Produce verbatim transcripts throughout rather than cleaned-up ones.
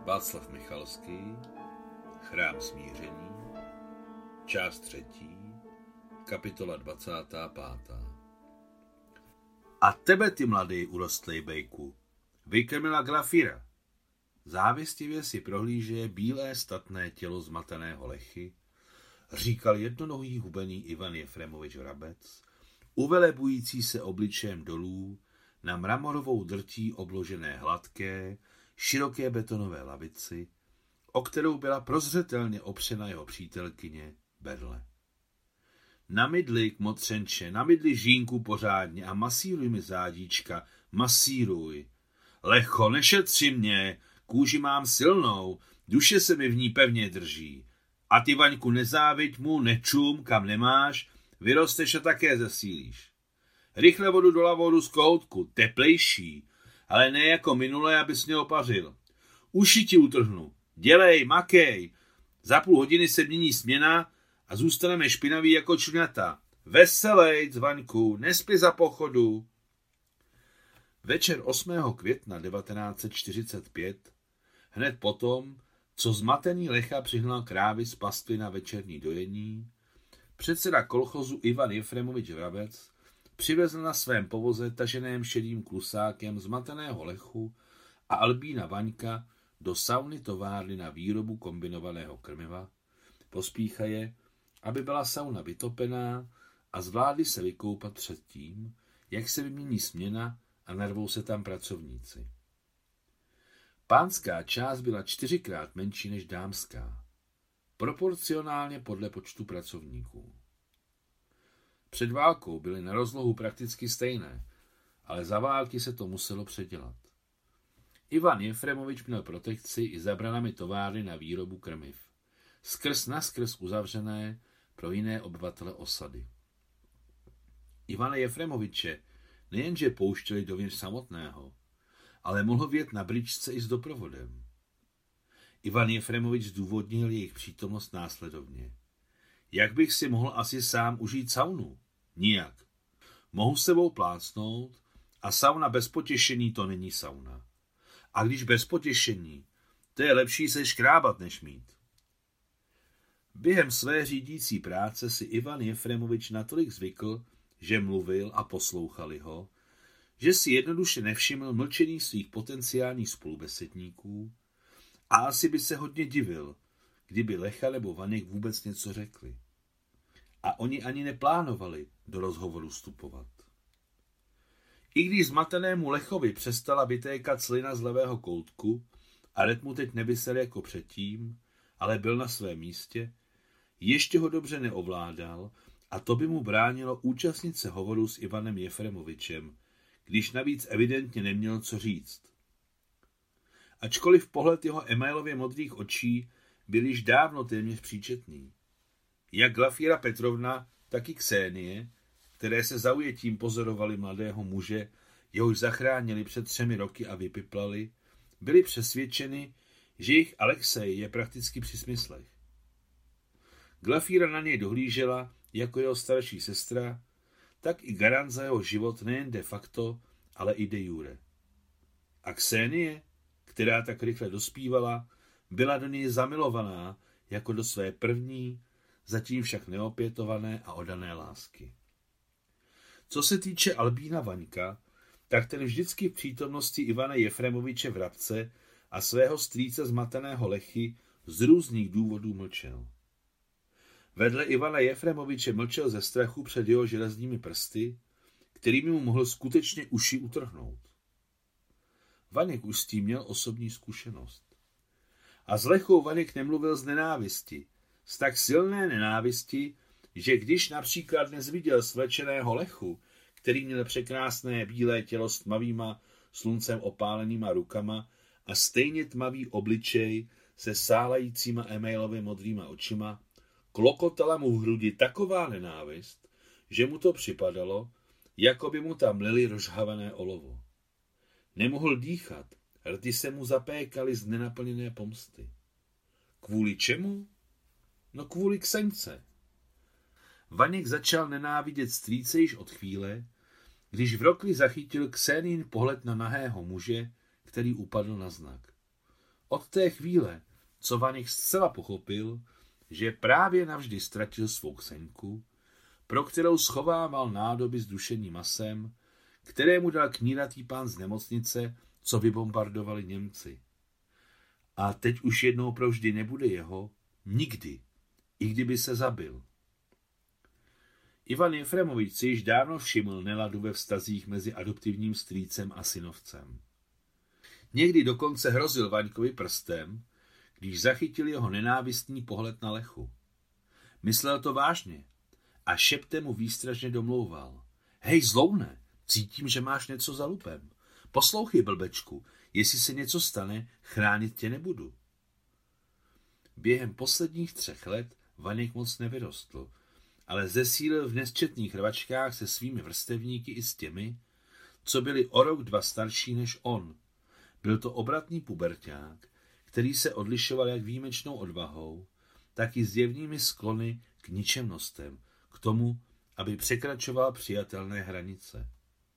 Václav Michalský, Chrám smíření, část třetí, kapitola dvacátá pátá. A tebe, ty mladý urostlej bejku, vykrmila Glafira. Závistivě si prohlíže bílé statné tělo zmateného lechy, říkal jednonohý hubený Ivan Jefremovič Vrabec, uvelebující se obličejem dolů na mramorovou drtí obložené hladké, široké betonové lavici, o kterou byla prozřetelně opřena jeho přítelkyně Berle. Namydli, kmotřenče, namydli žínku pořádně a masíruj mi zádíčka, masíruj. Lecho, nešetři mě, kůži mám silnou, duše se mi v ní pevně drží. A ty, Vaňku, nezáviď mu, nečum, kam nemáš, vyrosteš a také zesílíš. Rychle vodu do lavoru z kohoutku, teplejší, ale ne jako minule, abys mě opařil. Uši ti utrhnu, dělej, makej, za půl hodiny se mění směna a zůstaneme špinaví jako čuňata. Veselejc, Vaňku, nespí za pochodu. Večer osmého května devatenáct set čtyřicet pět, hned potom, co zmatený Lecha přihnal krávy z pastvy na večerní dojení, předseda kolchozu Ivan Jefremovič Vrabec přivezl na svém povoze taženém šedým klusákem zmateného Lechu a Albína Vaňka do sauny továrny na výrobu kombinovaného krmiva, pospíchaje, aby byla sauna vytopená a zvládli se vykoupat před tím, jak se vymění směna a narvou se tam pracovníci. Pánská část byla čtyřikrát menší než dámská, proporcionálně podle počtu pracovníků. Před válkou byly na rozlohu prakticky stejné, ale za války se to muselo předělat. Ivan Jefremovič měl protekci i za branami továrny na výrobu krmiv, skrz naskrz uzavřené pro jiné obyvatele osady. Ivana Jefremoviče nejenže pouštěli dovnitř samotného, ale mohl vjet na bryczce i s doprovodem. Ivan Jefremovič zdůvodnil jejich přítomnost následovně. Jak bych si mohl asi sám užít saunu? Nijak. Mohu s sebou plácnout a sauna bez potěšení to není sauna. A když bez potěšení, to je lepší se škrábat než mít. Během své řídící práce si Ivan Jefremovič natolik zvykl, že mluvil a poslouchali ho, že si jednoduše nevšiml mlčení svých potenciálních spolubesedníků a asi by se hodně divil, kdyby Lecha nebo Vaněk vůbec něco řekli. A oni ani neplánovali do rozhovoru vstupovat. I když zmatenému Lechovi přestala vytékat slina z levého koutku a Red mu teď nevysel jako předtím, ale byl na svém místě, ještě ho dobře neovládal a to by mu bránilo účastnit se hovoru s Ivanem Jefremovičem, když navíc evidentně neměl co říct. Ačkoliv pohled jeho emailově modrých očí byl již dávno téměř příčetný. Jak Glafira Petrovna, tak i Ksenie, které se zaujetím pozorovali mladého muže, jehož zachránili před třemi roky a vypiplali, byli přesvědčeni, že jejich Alexej je prakticky při smyslech. Glafira na něj dohlížela jako jeho starší sestra, tak i garant za jeho život nejen de facto, ale i de jure. A Ksenie, která tak rychle dospívala, byla do něj zamilovaná jako do své první, zatím však neopětované a oddané lásky. Co se týče Albína Vaňka, tak ten vždycky v přítomnosti Ivana Jefremoviče Vrabce a svého strýce zmateného Lechy z různých důvodů mlčel. Vedle Ivana Jefremoviče mlčel ze strachu před jeho železnými prsty, kterými mu mohl skutečně uši utrhnout. Vaněk už s tím měl osobní zkušenost. A s Lechou Vaněk nemluvil z nenávisti, z tak silné nenávisti, že když například dnes viděl svlečeného Lechu, který měl překrásné bílé tělo s tmavýma sluncem opálenýma rukama a stejně tmavý obličej se sálajícíma emailově modrýma očima, klokotala mu v hrudi taková nenávist, že mu to připadalo, jako by mu tam lili rozžhavené olovo. Nemohl dýchat, rty se mu zapékaly z nenaplněné pomsty. Kvůli čemu? No kvůli Kseňce. Vaněk začal nenávidět strýce již od chvíle, když v rokli zachytil Ksenin pohled na nahého muže, který upadl na znak. Od té chvíle, co Vaněk zcela pochopil, že právě navždy ztratil svou Ksenku, pro kterou schovával nádoby s dušeným masem, které mu dal kníratý pán z nemocnice, co vybombardovali Němci. A teď už jednou provždy nebude jeho, nikdy, i kdyby se zabil. Ivan Jefremovič si již dávno všiml neladu ve vztazích mezi adoptivním strýcem a synovcem. Někdy dokonce hrozil Vaňkovi prstem, když zachytil jeho nenávistný pohled na Lechu. Myslel to vážně a šeptem mu výstražně domlouval. Hej, zloune, cítím, že máš něco za lupem. Poslouchej, blbečku, jestli se něco stane, chránit tě nebudu. Během posledních třech let Vaněk moc nevyrostl, ale zesílil v nesčetných rvačkách se svými vrstevníky i s těmi, co byli o rok dva starší než on. Byl to obratný puberťák, který se odlišoval jak výjimečnou odvahou, tak i zjevnými sklony k ničemnostem, k tomu, aby překračoval přijatelné hranice.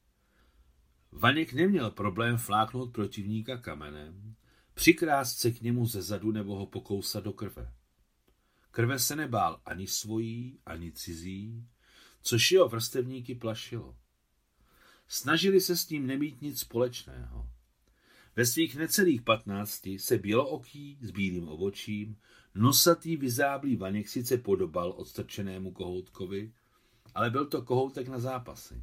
Vaněk neměl problém fláknout protivníka kamenem, přikrást se k němu ze zadu nebo ho pokousat do krve. Krve se nebál ani svojí, ani cizí, což jeho vrstevníky plašilo. Snažili se s ním nemít nic společného. Ve svých necelých patnácti se bělooký s bílým obočím, nosatý vyzáblý Vaněk sice podobal odstrčenému kohoutkovi, ale byl to kohoutek na zápasy.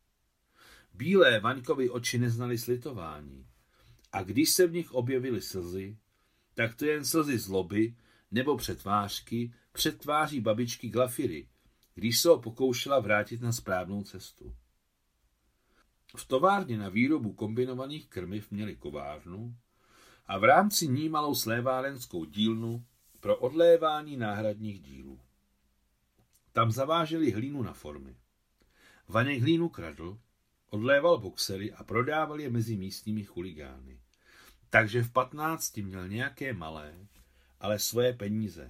Bílé Vaňkovy oči neznaly slitování a když se v nich objevily slzy, tak to jen slzy zloby nebo přetvářky před tváří babičky Glafiry, když se ho pokoušela vrátit na správnou cestu. V továrně na výrobu kombinovaných krmiv měli kovárnu a v rámci ní malou slévárenskou dílnu pro odlévání náhradních dílů. Tam zaváželi hlínu na formy. Vaněk hlínu kradl, odléval boxery a prodával je mezi místními chuligány. Takže v patnácti měl nějaké malé, ale svoje peníze.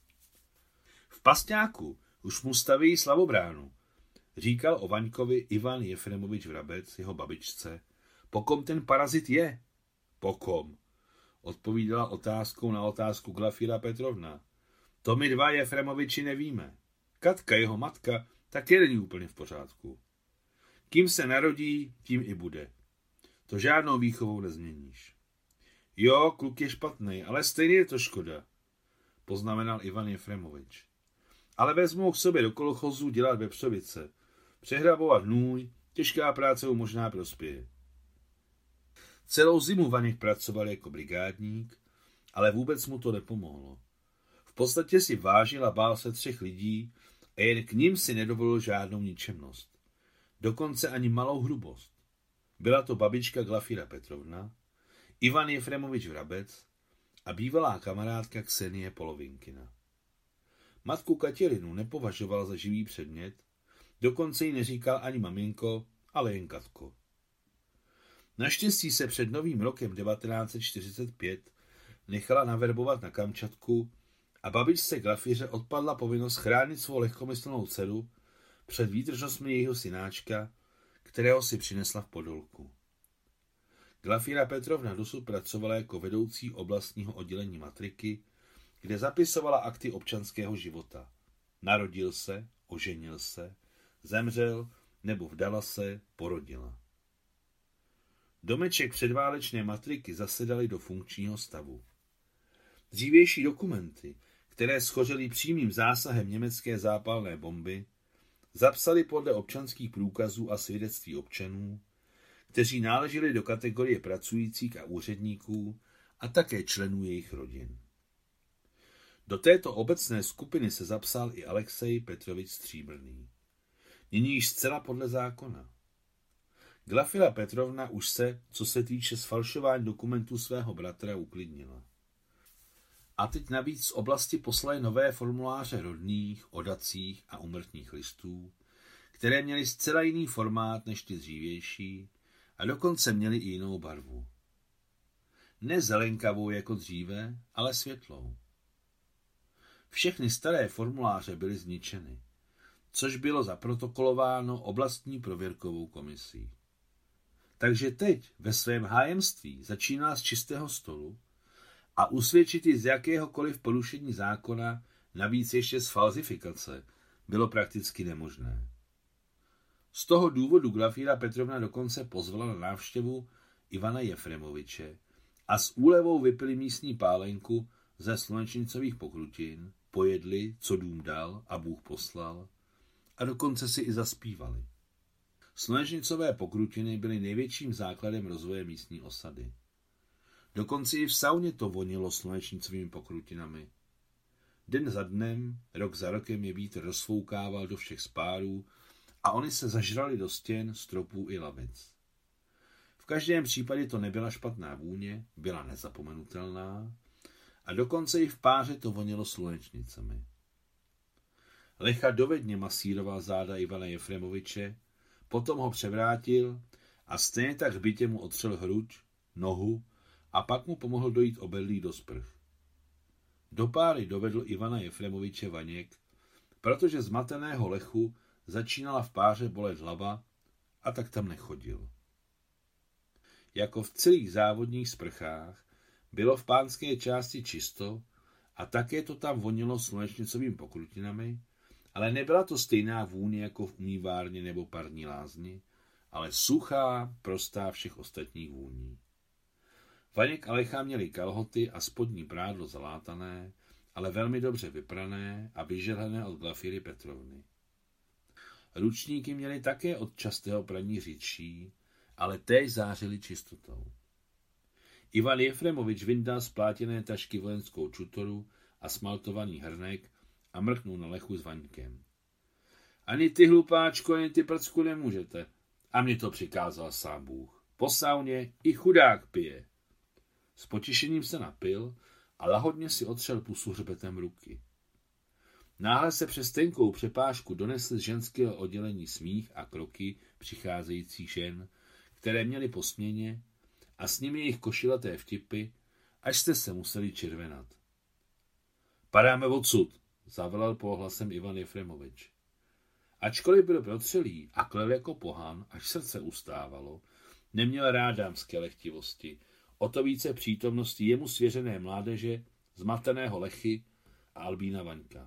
V Pasťáku už mu staví slavobránu, říkal o Vaňkovi Ivan Jefremovič Vrabec, jeho babičce. Po kom ten parazit je? Po kom? Odpovídala otázkou na otázku Glafira Petrovna. To my dva Jefremoviči nevíme. Katka, jeho matka, také není úplně v pořádku. Kým se narodí, tím i bude. To žádnou výchovou nezměníš. Jo, kluk je špatný, ale stejně je to škoda, poznamenal Ivan Jefremovič. Ale vezmou k sobě do kolchozu dělat vepřovice. Přehrabovat hnůj, těžká práce mu možná prospěje. Celou zimu Vaněk pracoval jako brigádník, ale vůbec mu to nepomohlo. V podstatě si vážil a bál se třech lidí a jen k nim si nedovolil žádnou ničemnost. Dokonce ani malou hrubost. Byla to babička Glafira Petrovna, Ivan Jefremovič Vrabec a bývalá kamarádka Ksenie Polovinkina. Matku Katěrinu nepovažoval za živý předmět, dokonce jí neříkal ani maminko, ale jen Katko. Naštěstí se před novým rokem devatenáct set čtyřicet pět nechala naverbovat na Kamčatku a babičce Glafiře odpadla povinnost chránit svou lehkomyslnou dceru před výtržnostmi jejího synáčka, kterého si přinesla v Podolku. Glafira Petrovna dosud pracovala jako vedoucí oblastního oddělení matriky, kde zapisovala akty občanského života. Narodil se, oženil se, zemřel nebo vdala se, porodila. Domeček předválečné matriky zasedaly do funkčního stavu. Dřívější dokumenty, které schořely přímým zásahem německé zápalné bomby, zapsali podle občanských průkazů a svědectví občanů, kteří náleželi do kategorie pracujících a úředníků a také členů jejich rodin. Do této obecné skupiny se zapsal i Alexej Petrovič Stříbrný. Nyní již zcela podle zákona. Glafira Petrovna už se, co se týče sfalšování dokumentů svého bratra, uklidnila. A teď navíc z oblasti poslali nové formuláře rodných, odacích a úmrtních listů, které měly zcela jiný formát než ty dřívější a dokonce měly i jinou barvu. Ne zelenkavou jako dříve, ale světlou. Všechny staré formuláře byly zničeny, což bylo zaprotokolováno oblastní prověrkovou komisí. Takže teď ve svém hájemství začíná z čistého stolu a usvědčit ji z jakéhokoliv porušení zákona, navíc ještě z falzifikace, bylo prakticky nemožné. Z toho důvodu Glafira Petrovna dokonce pozvala na návštěvu Ivana Jefremoviče a s úlevou vypili místní pálenku ze slunečnicových pokrutin, pojedli, co dům dal a Bůh poslal, a dokonce si i zaspívali. Slunečnicové pokrutiny byly největším základem rozvoje místní osady. Dokonce i v sauně to vonilo slunečnicovými pokrutinami. Den za dnem, rok za rokem je vítr rozfoukával do všech spárů a oni se zažrali do stěn, stropů i lavic. V každém případě to nebyla špatná vůně, byla nezapomenutelná a dokonce i v páře to vonilo slunečnicemi. Lecha dovedně masíroval záda Ivana Jefremoviče, potom ho převrátil a stejně tak hbitě mu otřel hruď, nohu a pak mu pomohl dojít obedlí do sprch. Do páry dovedl Ivana Jefremoviče Vaněk, protože zmateného Lechu začínala v páře bolet hlava a tak tam nechodil. Jako v celých závodních sprchách bylo v pánské části čisto a také to tam vonilo slunečnicovými pokrutinami, ale nebyla to stejná vůně jako v umývárně nebo parní lázni, ale suchá, prostá všech ostatních vůní. Vaněk a Lecha měli kalhoty a spodní prádlo zalátané, ale velmi dobře vyprané a vyžehlené od Glafiry Petrovny. Ručníky měli také od častého praní řidší, ale též zářili čistotou. Ivan Jefremovič vyndal z plátěné tašky vojenskou čutoru a smaltovaný hrnek a mrknul na Lechu s Vaňkem. Ani ty, hlupáčko, ani ty, prcku, nemůžete. A mě to přikázal sám Bůh. Po sauně i chudák pije. S potěšením se napil a lahodně si otřel pusu hřbetem ruky. Náhle se přes tenkou přepážku donesl z ženského oddělení smích a kroky přicházejících žen, které měly po směně, a s nimi jejich košilaté vtipy, až jste se museli červenat. Padáme odsud, zavelel pohlasem Ivan Jefremovič. Ačkoliv byl protřelý a klel jako pohan, až srdce ustávalo, neměl rád dámské lehtivosti, o to více přítomnosti jemu svěřené mládeže, zmateného Lechy a Albína Vaňka.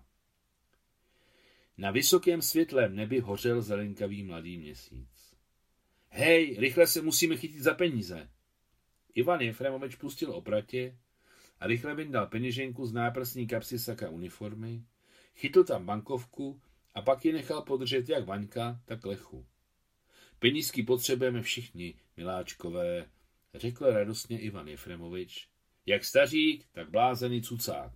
Na vysokém světlém nebi hořel zelenkavý mladý měsíc. Hej, rychle se musíme chytit za peníze. Ivan Jefremovič pustil opratě a rychle vyndal peněženku z náprsní kapsy saka uniformy, chytl tam bankovku a pak ji nechal podržet jak Vaňka, tak Lechu. Penízky potřebujeme všichni, miláčkové, řekl radostně Ivan Jefremovič, jak stařík, tak blázený cucák.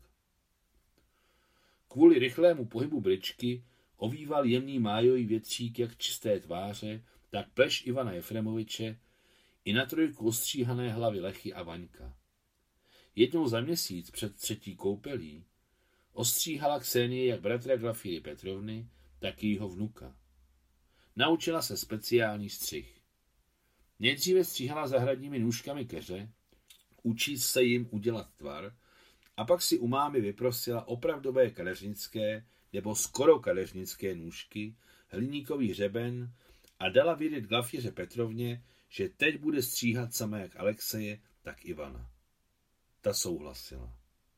Kvůli rychlému pohybu bryczky ovýval jemný májový větřík jak čisté tváře, tak pleš Ivana Jefremoviče i na trojku ostříhané hlavy Lechy a Vaňka. Jednou za měsíc před třetí koupelí ostříhala Ksenie jak bratra Glafiry Petrovny, tak jejího vnuka. Naučila se speciální střih. Nejdříve stříhala zahradními nůžkami keře, učí se jim udělat tvar, a pak si u mámy vyprosila opravdové kadeřnické nebo skoro kadeřnické nůžky, hliníkový hřeben a dala vědět Glafiře Petrovně, že teď bude stříhat sama jak Alexeje, tak Ivana. Ta souhlasila.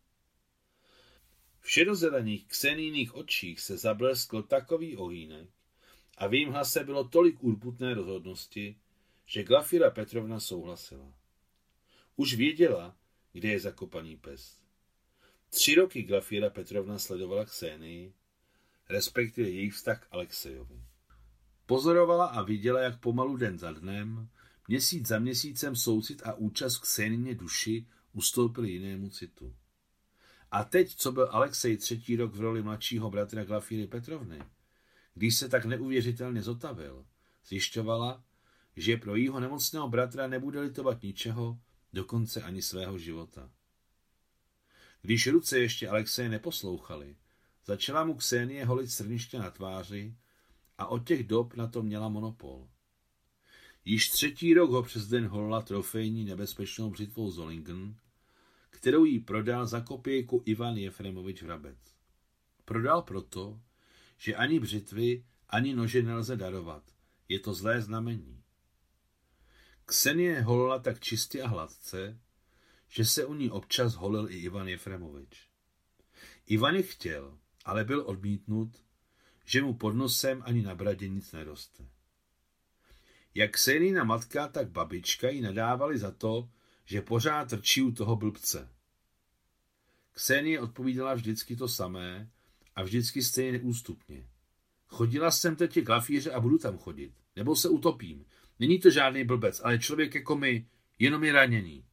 V šedozelených Ksenijných očích se zableskl takový ohýnek a v jejím hlase bylo tolik urputné rozhodnosti, že Glafira Petrovna souhlasila. Už věděla, kde je zakopaný pes. Tři roky Glafira Petrovna sledovala Ksenii, respektive její vztah k Alexejovi. Pozorovala a viděla, jak pomalu den za dnem, měsíc za měsícem soucit a účast v Ksenině duši ustoupili jinému citu. A teď, co byl Alexej třetí rok v roli mladšího bratra Glafiry Petrovny, když se tak neuvěřitelně zotavil, zjišťovala, že pro jejího nemocného bratra nebude litovat ničeho, dokonce ani svého života. Když ruce ještě Alexeje neposlouchaly, začala mu Ksenie holit srniště na tváři a od těch dob na to měla monopol. Již třetí rok ho přes den holila trofejní nebezpečnou břitvou Zollingen, kterou jí prodal za kopějku Ivan Jefremovič Vrabec. Prodal proto, že ani břitvy, ani nože nelze darovat. Je to zlé znamení. Ksenie holila tak čistě a hladce, že se u ní občas holil i Ivan Jefremovič. Ivaněk chtěl, ale byl odmítnut, že mu pod nosem ani na bradě nic neroste. Jak Ksenijina matka, tak babička jí nadávali za to, že pořád trčí u toho blbce. Ksenie odpovídala vždycky to samé a vždycky stejně neústupně. Chodila jsem teď k lafíře a budu tam chodit. Nebo se utopím. Není to žádný blbec, ale člověk jako my, jenom je raněný.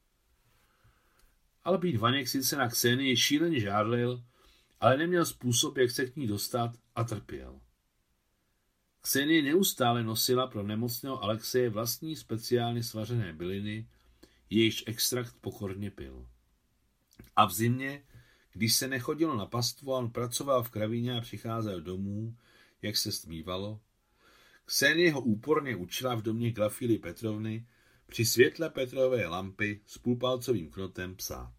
Albín Vaněk sice na Ksenii šíleně žádlil, ale neměl způsob, jak se k ní dostat a trpěl. Ksenie neustále nosila pro nemocného Alexeje vlastní speciálně svařené byliny, jejichž extrakt pokorně pil. A v zimě, když se nechodilo na pastvu a on pracoval v kravíně a přicházel domů, jak se stmívalo, Ksenie ho úporně učila v domě Glafíry Petrovny při světle Petrové lampy s půlpalcovým knotem psát.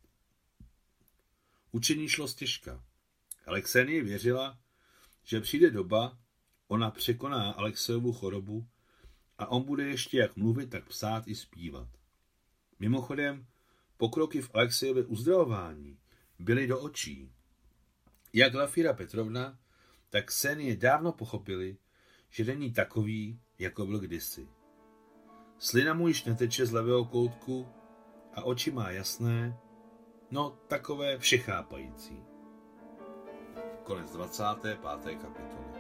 Učení šlo stěžka, ale Ksenie věřila, že přijde doba, ona překoná Alexejovu chorobu a on bude ještě jak mluvit, tak psát i zpívat. Mimochodem, pokroky v Alexejově uzdravování byly do očí. Jak Glafíra Petrovna, tak Ksenie dávno pochopili, že není takový, jako byl kdysi. Slina mu již neteče z levého koutku a oči má jasné, no takové všechápající. Konec dvacáté páté kapitoly.